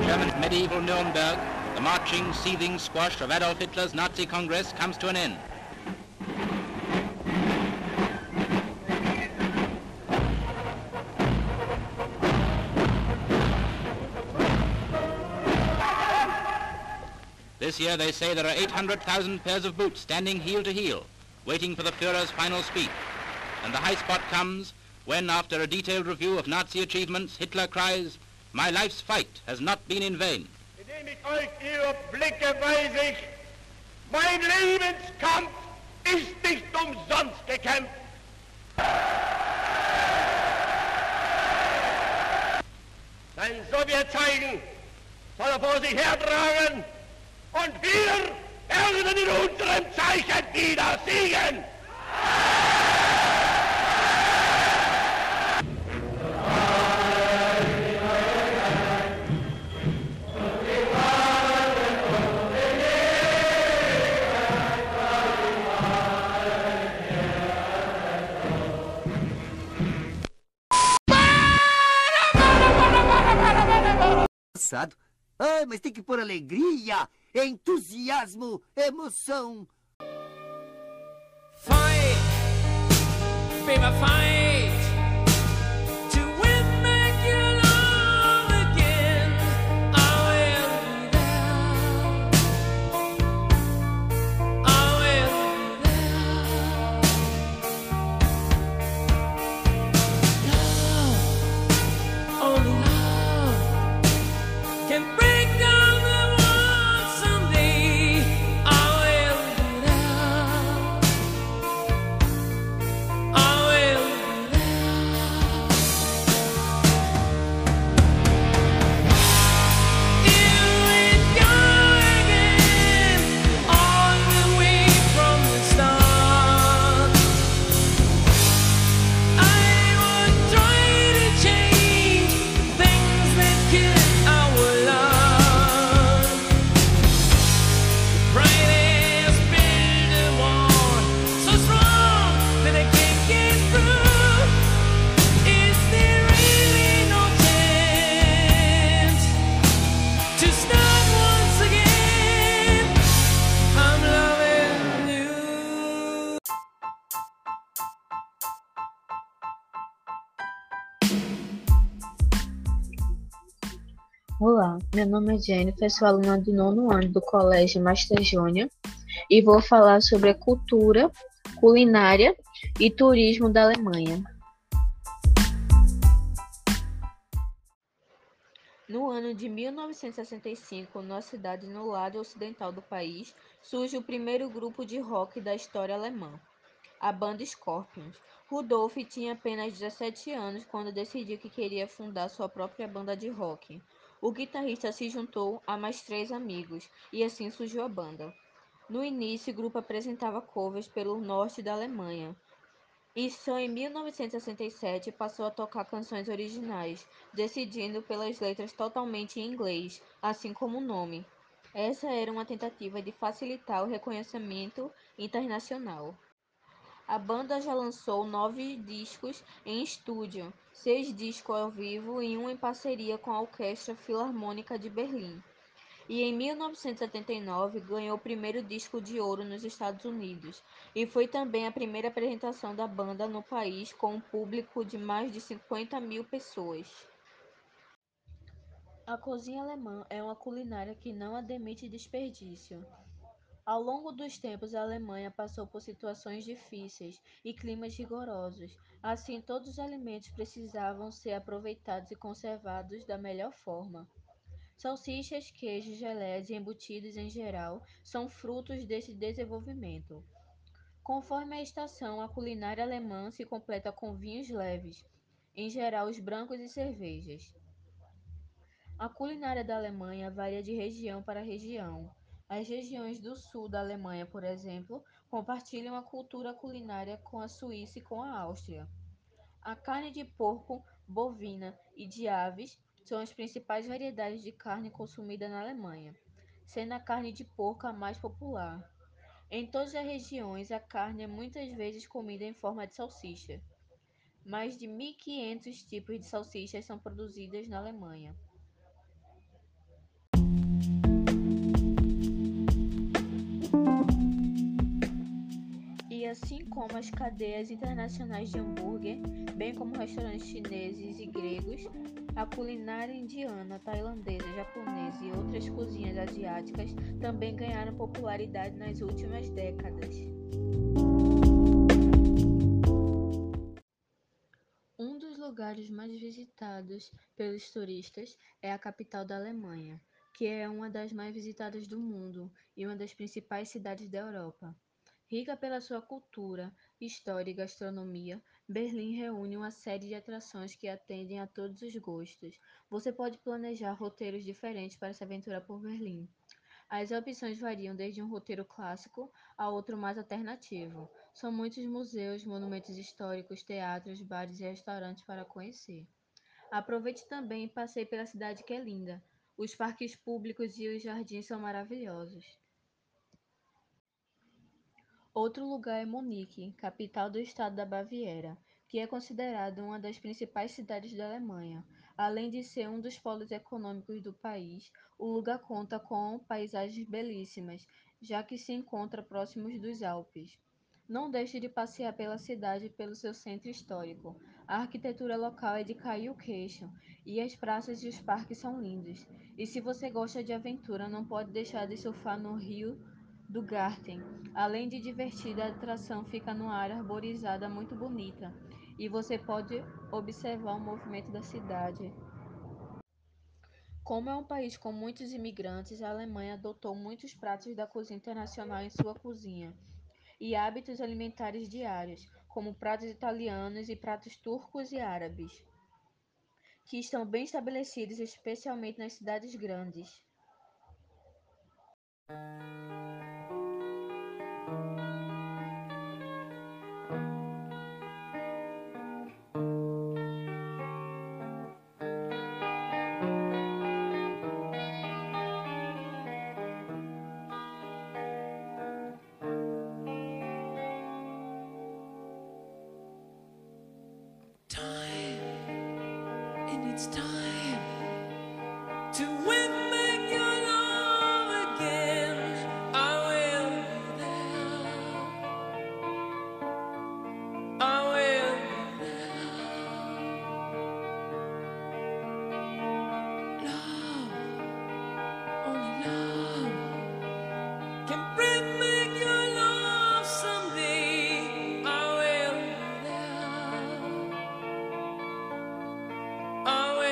German medieval Nuremberg, the marching, seething squash of Adolf Hitler's Nazi Congress comes to an end. This year they say there are 800,000 pairs of boots standing heel to heel, waiting for the Führer's final speech. And the high spot comes when, after a detailed review of Nazi achievements, Hitler cries, "My life's fight has not been in vain." Indem ich euch ihre Blicke weise ich, mein Lebenskampf ist nicht umsonst gekämpft. Sein Sowjetzeichen soll er vor sich hertragen und wir werden in unserem Zeichen wieder siegen. Ai, mas tem que pôr alegria, entusiasmo, emoção. Fight, baby, fight to win back your love again. I will be there. I will be there. Love, only love can break down the walls someday. I will be there. I will be there. Here we go again, all the way from the start. I would try to change things that kill our love. Pride has built a wall so strong that I can't get through. Is there really no chance to start once again? I'm loving you. Olá, meu nome é Jennifer, sou aluna do 9º ano do Colégio Master Júnior e vou falar sobre a cultura, culinária e turismo da Alemanha. No ano de 1965, na cidade no lado ocidental do país, surge o primeiro grupo de rock da história alemã, a banda Scorpions. Rudolf tinha apenas 17 anos quando decidiu que queria fundar sua própria banda de rock. O guitarrista se juntou a mais 3 amigos, e assim surgiu a banda. No início, o grupo apresentava covers pelo norte da Alemanha, e só em 1967 passou a tocar canções originais, decidindo pelas letras totalmente em inglês, assim como o nome. Essa era uma tentativa de facilitar o reconhecimento internacional. A banda já lançou 9 discos em estúdio, 6 discos ao vivo e um em parceria com a Orquestra Filarmônica de Berlim. E em 1979 ganhou o primeiro disco de ouro nos Estados Unidos, e foi também a primeira apresentação da banda no país com um público de mais de 50 mil pessoas. A cozinha alemã é uma culinária que não admite desperdício. Ao longo dos tempos, a Alemanha passou por situações difíceis e climas rigorosos. Assim, todos os alimentos precisavam ser aproveitados e conservados da melhor forma. Salsichas, queijos, geleias e embutidos em geral são frutos desse desenvolvimento. Conforme a estação, a culinária alemã se completa com vinhos leves, em geral os brancos e cervejas. A culinária da Alemanha varia de região para região. As regiões do sul da Alemanha, por exemplo, compartilham a cultura culinária com a Suíça e com a Áustria. A carne de porco, bovina e de aves são as principais variedades de carne consumida na Alemanha, sendo a carne de porco a mais popular. Em todas as regiões, a carne é muitas vezes comida em forma de salsicha. Mais de 1.500 tipos de salsichas são produzidas na Alemanha. como as cadeias internacionais de hambúrguer, bem como restaurantes chineses e gregos, a culinária indiana, tailandesa, japonesa e outras cozinhas asiáticas também ganharam popularidade nas últimas décadas. Um dos lugares mais visitados pelos turistas é a capital da Alemanha, que é uma das mais visitadas do mundo e uma das principais cidades da Europa. Rica pela sua cultura, história e gastronomia, Berlim reúne uma série de atrações que atendem a todos os gostos. Você pode planejar roteiros diferentes para se aventurar por Berlim. As opções variam desde um roteiro clássico a outro mais alternativo. São muitos museus, monumentos históricos, teatros, bares e restaurantes para conhecer. Aproveite também e passeie pela cidade que é linda. Os parques públicos e os jardins são maravilhosos. Outro lugar é Munique, capital do estado da Baviera, que é considerada uma das principais cidades da Alemanha. Além de ser um dos polos econômicos do país, o lugar conta com paisagens belíssimas, já que se encontra próximo dos Alpes. Não deixe de passear pela cidade e pelo seu centro histórico. A arquitetura local é de cair o queixo, e as praças e os parques são lindos. E se você gosta de aventura, não pode deixar de surfar no rio do Garten. Além de divertida, a atração fica numa área arborizada muito bonita e você pode observar o movimento da cidade. Como é um país com muitos imigrantes, a Alemanha adotou muitos pratos da cozinha internacional em sua cozinha e hábitos alimentares diários, como pratos italianos e pratos turcos e árabes, que estão bem estabelecidos especialmente nas cidades grandes. It's time to win back your love again. I will be there. I will be there. Love, only love can bring back your love someday. I will be there. I will.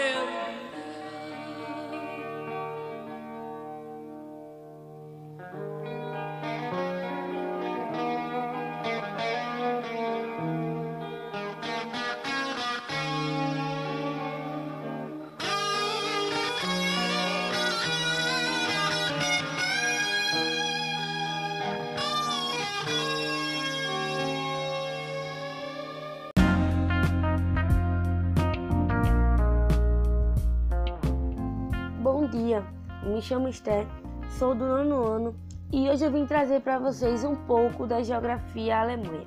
Bom dia, me chamo Esther, sou do 9º ano e hoje eu vim trazer para vocês um pouco da geografia alemã.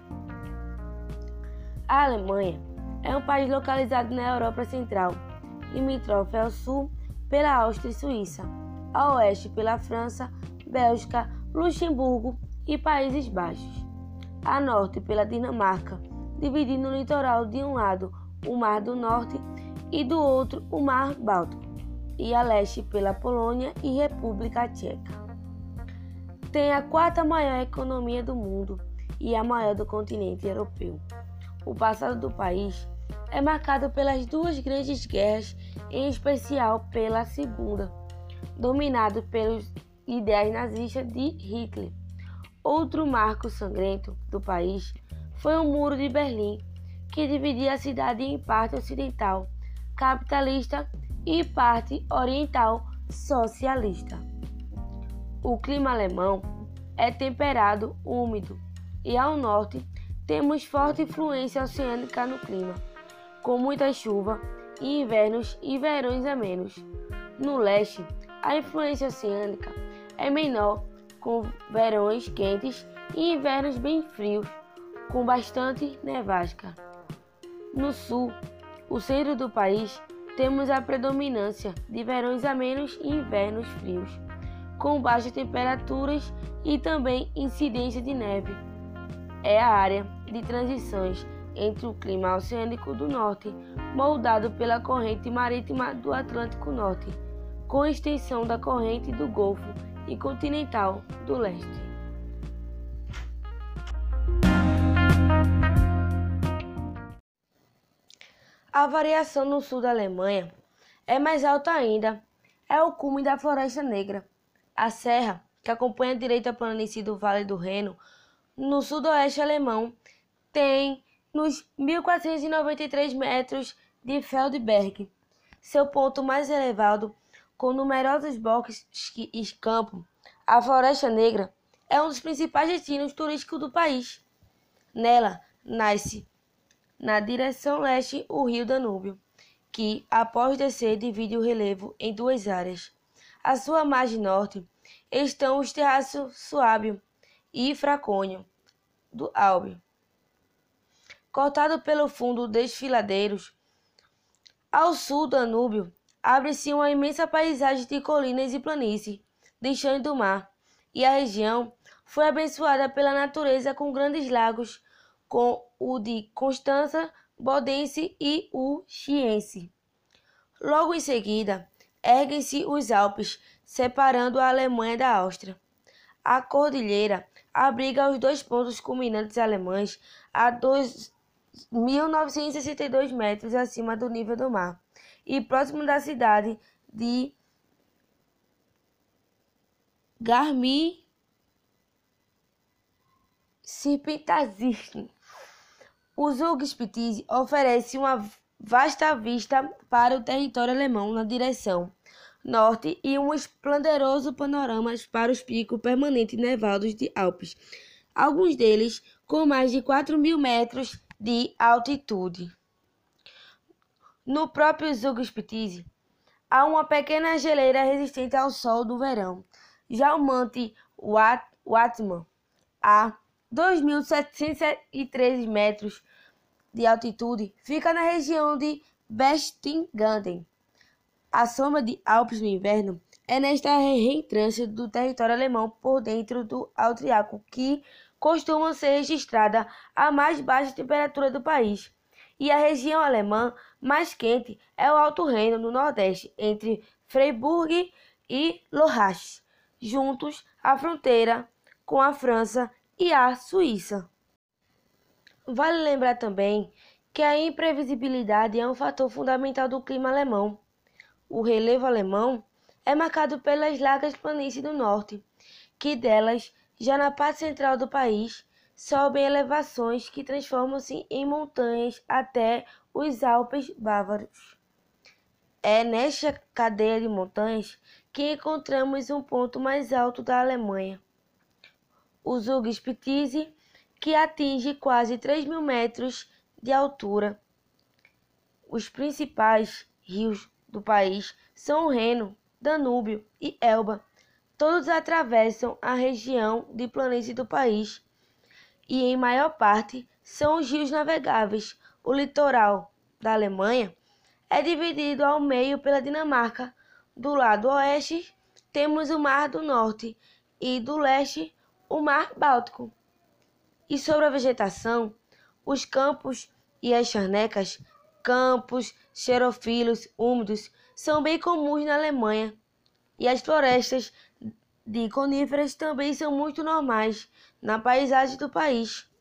A Alemanha é um país localizado na Europa Central, limítrofe ao sul pela Áustria e Suíça, a oeste pela França, Bélgica, Luxemburgo e Países Baixos, a norte pela Dinamarca, dividindo o litoral de um lado o Mar do Norte e do outro o Mar Báltico, e a leste pela Polônia e República Tcheca. Tem a 4ª maior economia do mundo e a maior do continente europeu. O passado do país é marcado pelas 2 grandes guerras, em especial pela Segunda, dominado pelos ideais nazistas de Hitler. Outro marco sangrento do país foi o Muro de Berlim, que dividia a cidade em parte ocidental, capitalista, e parte oriental socialista. O clima alemão é temperado, úmido, e ao norte temos forte influência oceânica no clima, com muita chuva e invernos e verões amenos. No leste, a influência oceânica é menor, com verões quentes e invernos bem frios, com bastante nevasca. No sul, o centro do país, temos a predominância de verões amenos e invernos frios, com baixas temperaturas e também incidência de neve. É a área de transições entre o clima oceânico do norte, moldado pela corrente marítima do Atlântico Norte, com extensão da corrente do Golfo e continental do leste. A variação no sul da Alemanha é mais alta ainda. É o cume da Floresta Negra. A serra, que acompanha a direita planície do Vale do Reno, no sudoeste alemão, tem nos 1.493 metros de Feldberg, seu ponto mais elevado, com numerosos bosques e campos. A Floresta Negra é um dos principais destinos turísticos do país. Nela nasce, na direção leste, o rio Danúbio, que, após descer, divide o relevo em duas áreas. À sua margem norte estão os terraços Suábio e Fracônio do Elbe, cortado pelo fundo desfiladeiros. Ao sul do Danúbio, abre-se uma imensa paisagem de colinas e planícies, distantes do mar, e a região foi abençoada pela natureza com grandes lagos, com o de Constança, Bodense e o Chiense. Logo em seguida, erguem-se os Alpes, separando a Alemanha da Áustria. A cordilheira abriga os dois pontos culminantes alemães a 2.962 metros acima do nível do mar e próximo da cidade de Garmisch-Partenkirchen. O Zugspitze oferece uma vasta vista para o território alemão na direção norte e um esplendoroso panorama para os picos permanentes nevados de Alpes, alguns deles com mais de 4.000 metros de altitude. No próprio Zugspitze há uma pequena geleira resistente ao sol do verão. Já o Monte Watzmann, a 2.713 metros de altitude, fica na região de Berchtesgaden. A sombra de Alpes no inverno é nesta reentrância do território alemão por dentro do austríaco que costuma ser registrada a mais baixa temperatura do país. E a região alemã mais quente é o Alto Reno, no nordeste, entre Freiburg e Lörrach, juntos à fronteira com a França e a Suíça. Vale lembrar também que a imprevisibilidade é um fator fundamental do clima alemão. O relevo alemão é marcado pelas largas planícies do norte, que delas, já na parte central do país, sobem elevações que transformam-se em montanhas até os Alpes bávaros. É nesta cadeia de montanhas que encontramos um ponto mais alto da Alemanha, o Zugspitze, que atinge quase 3.000 metros de altura. Os principais rios do país são o Reno, Danúbio e Elba. Todos atravessam a região de planície do país e, em maior parte, são os rios navegáveis. O litoral da Alemanha é dividido ao meio pela Dinamarca. Do lado oeste, temos o Mar do Norte e do leste, o Mar Báltico. E sobre a vegetação, os campos e as charnecas, campos xerófilos úmidos, são bem comuns na Alemanha. E as florestas de coníferas também são muito normais na paisagem do país.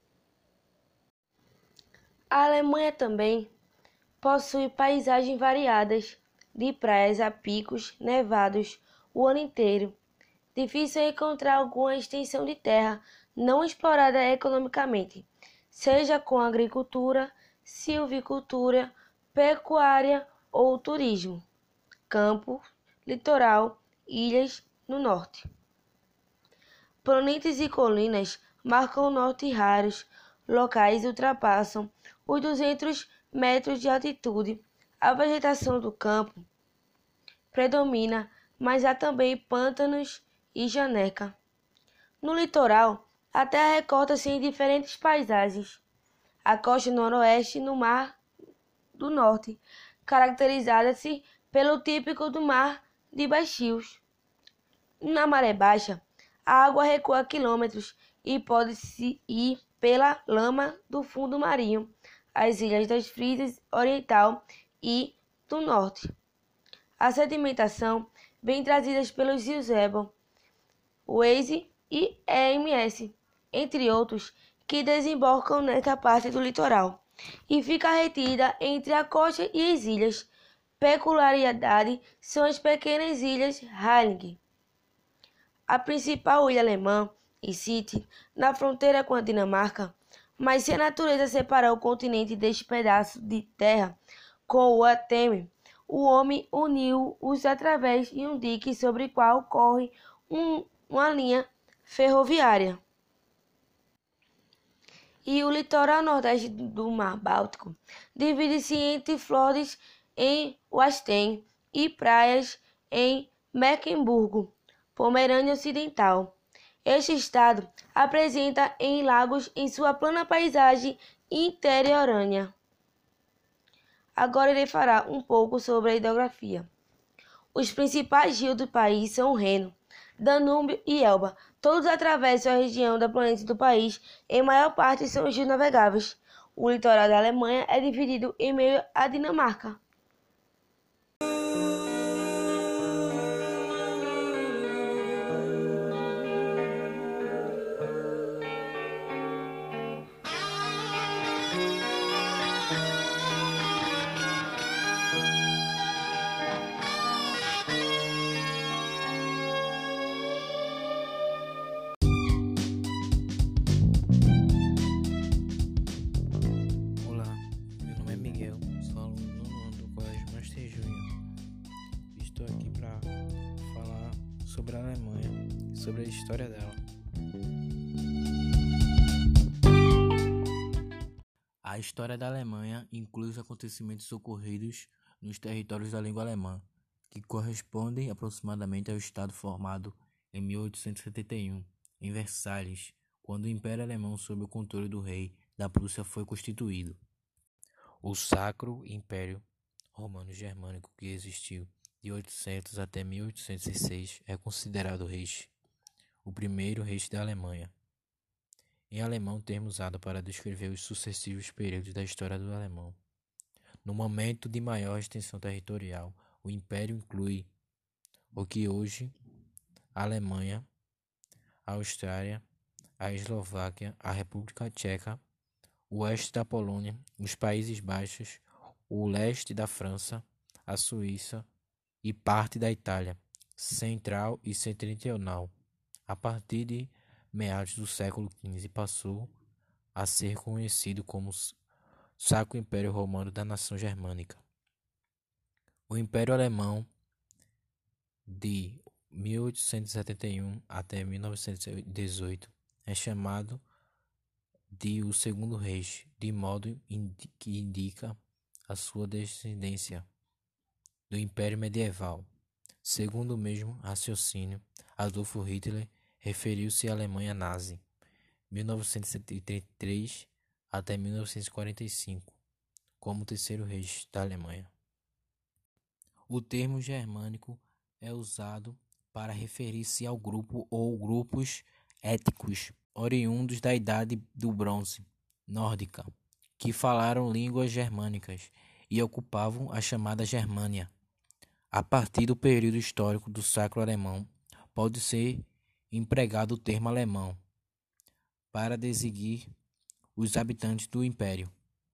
A Alemanha também possui paisagens variadas, de praias a picos nevados o ano inteiro. Difícil encontrar alguma extensão de terra não explorada economicamente, seja com agricultura, silvicultura, pecuária ou turismo. Campo, litoral, ilhas no norte. Planícies e colinas marcam o norte raros. Locais ultrapassam os 200 metros de altitude. A vegetação do campo predomina, mas há também pântanos e janeca. No litoral, a terra recorta-se em diferentes paisagens. A costa noroeste no Mar do Norte, caracterizada-se pelo típico do mar de baixios. Na maré baixa, a água recua quilômetros e pela lama do fundo marinho, as ilhas das Frísias Oriental e do Norte. A sedimentação vem trazida pelos rios Ebro, Oise e EMS, entre outros, que desembocam nesta parte do litoral e fica retida entre a costa e as ilhas. Peculiaridade são as pequenas ilhas Heilig. A principal ilha alemã e City, na fronteira com a Dinamarca, mas se a natureza separar o continente deste pedaço de terra com o Ateme, o homem uniu-os através de um dique sobre o qual corre uma linha ferroviária. E o litoral nordeste do Mar Báltico divide-se entre fiordes em Westen e praias em Mecklemburgo, Pomerânia Ocidental. Este estado apresenta em lagos em sua plana paisagem interiorânea. Agora irei falar um pouco sobre a hidrografia. Os principais rios do país são o Reno, Danúbio e Elba. Todos atravessam a região da planície do país. Em maior parte são rios navegáveis. O litoral da Alemanha é dividido em meio à Dinamarca. Olá, meu nome é Miguel, sou aluno do nono ano do Colégio Master Júnior. Estou aqui para falar sobre a Alemanha e sobre a história dela. A história da Alemanha inclui os acontecimentos ocorridos nos territórios da língua alemã, que correspondem aproximadamente ao estado formado em 1871, em Versalhes, quando o Império Alemão sob o controle do rei da Prússia foi constituído. O Sacro Império Romano-Germânico, que existiu de 800 até 1806, é considerado o primeiro Reich da Alemanha. Em alemão, termo usado para descrever os sucessivos períodos da história do alemão. No momento de maior extensão territorial, o Império inclui o que hoje a Alemanha, a Áustria, a Eslováquia, a República Tcheca, o oeste da Polônia, os Países Baixos, o leste da França, a Suíça e parte da Itália, central e setentrional. A partir de meados do século XV passou a ser conhecido como Sacro Império Romano da Nação Germânica. O Império Alemão de 1871 até 1918 é chamado de o Segundo Reich, de modo que indica a sua descendência do Império Medieval. Segundo o mesmo raciocínio, Adolfo Hitler referiu-se à Alemanha nazi, 1933 até 1945, como o Terceiro Reich da Alemanha. O termo germânico é usado para referir-se ao grupo ou grupos étnicos oriundos da Idade do Bronze nórdica, que falaram línguas germânicas e ocupavam a chamada Germânia. A partir do período histórico do Sacro Alemão, pode ser empregado o termo alemão para designar os habitantes do Império.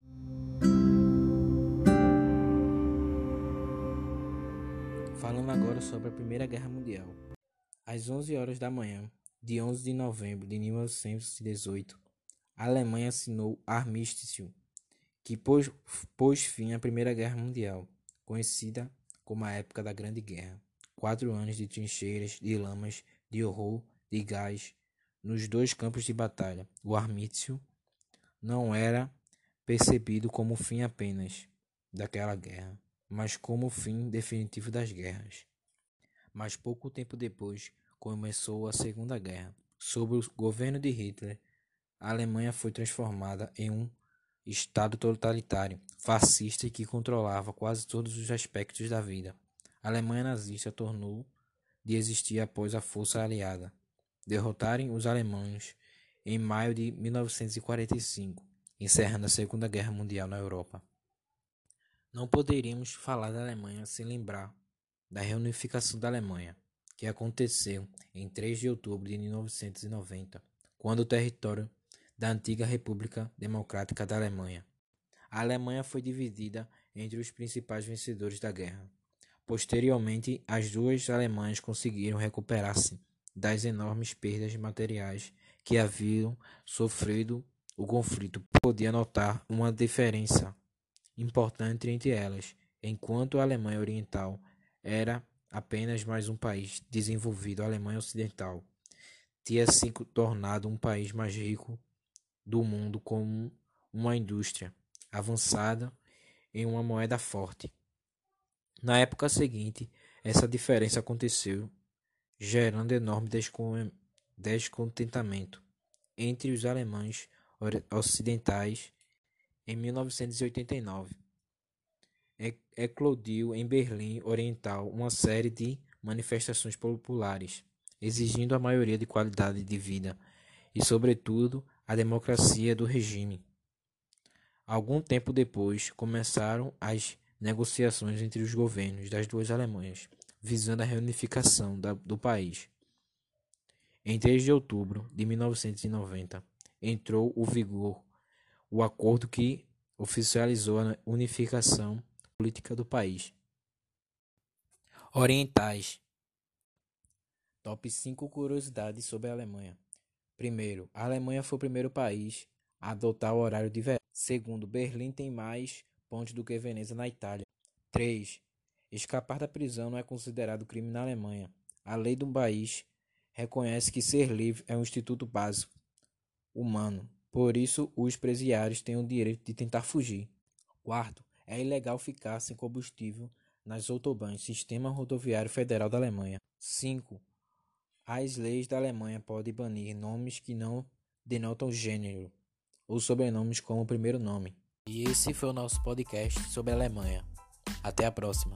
Falando agora sobre a Primeira Guerra Mundial. Às 11 horas da manhã de 11 de novembro de 1918, a Alemanha assinou o armistício, que pôs fim à Primeira Guerra Mundial, conhecida como a época da Grande Guerra. 4 anos de trincheiras, de lamas, de horror, de gás, nos dois campos de batalha. O armistício não era percebido como o fim apenas daquela guerra, mas como o fim definitivo das guerras. Mas pouco tempo depois começou a Segunda Guerra. Sob o governo de Hitler, a Alemanha foi transformada em um Estado totalitário, fascista e que controlava quase todos os aspectos da vida. A Alemanha nazista tornou de existir após a força aliada derrotarem os alemães em maio de 1945, encerrando a Segunda Guerra Mundial na Europa. Não poderíamos falar da Alemanha sem lembrar da reunificação da Alemanha, que aconteceu em 3 de outubro de 1990, quando o território da antiga República Democrática da Alemanha. A Alemanha foi dividida entre os principais vencedores da guerra. Posteriormente, as duas Alemanhas conseguiram recuperar-se das enormes perdas materiais que haviam sofrido o conflito. Podia notar uma diferença importante entre elas, enquanto a Alemanha Oriental era apenas mais um país desenvolvido, a Alemanha Ocidental tinha se tornado um país mais rico do mundo com uma indústria avançada em uma moeda forte. Na época seguinte, essa diferença aconteceu, gerando enorme descontentamento entre os alemães ocidentais. Em 1989, eclodiu em Berlim Oriental uma série de manifestações populares, exigindo a maioria de qualidade de vida e, sobretudo, a democracia do regime. Algum tempo depois, começaram as negociações entre os governos das duas Alemanhas, visando a reunificação do país. Em 3 de outubro de 1990, entrou em vigor o acordo que oficializou a unificação política do país. Orientais. Top 5 curiosidades sobre a Alemanha. Primeiro, a Alemanha foi o primeiro país a adotar o horário de verão. Segundo, Berlim tem mais pontos do que Veneza na Itália. 3. Escapar da prisão não é considerado crime na Alemanha. A lei do país reconhece que ser livre é um instituto básico humano. Por isso, os presidiários têm o direito de tentar fugir. 4. É ilegal ficar sem combustível nas autobahns, Sistema Rodoviário Federal da Alemanha. 5. As leis da Alemanha podem banir nomes que não denotam gênero ou sobrenomes como primeiro nome. E esse foi o nosso podcast sobre a Alemanha. Até a próxima.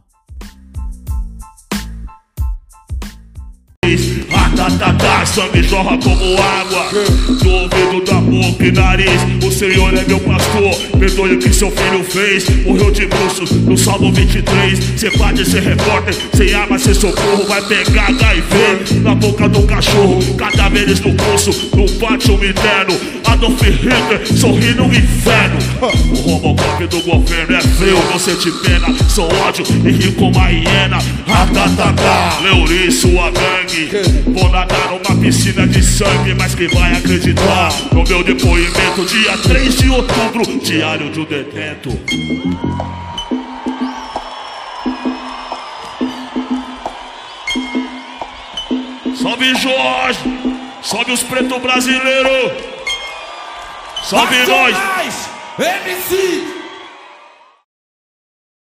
Sangue jorra como água do ouvido, da boca e nariz. O Senhor é meu pastor, perdoe o que seu filho fez. Morreu de bruços no Salmo 23. Cê pode ser repórter, sem arma, sem socorro. Vai pegar HIV na boca do cachorro. Cadáveres no pulso, no pátio interno. Adolf Hitler sorri no inferno. O Robocop do governo é frio, não sente pena, sou ódio e ri como a hiena. Leuri, sua gangue, vou nadar numa piscina de sangue, mas quem vai acreditar no meu depoimento? Dia 3 de outubro, diário de um detento. Salve Jorge, salve os pretos brasileiros, salve nós, MC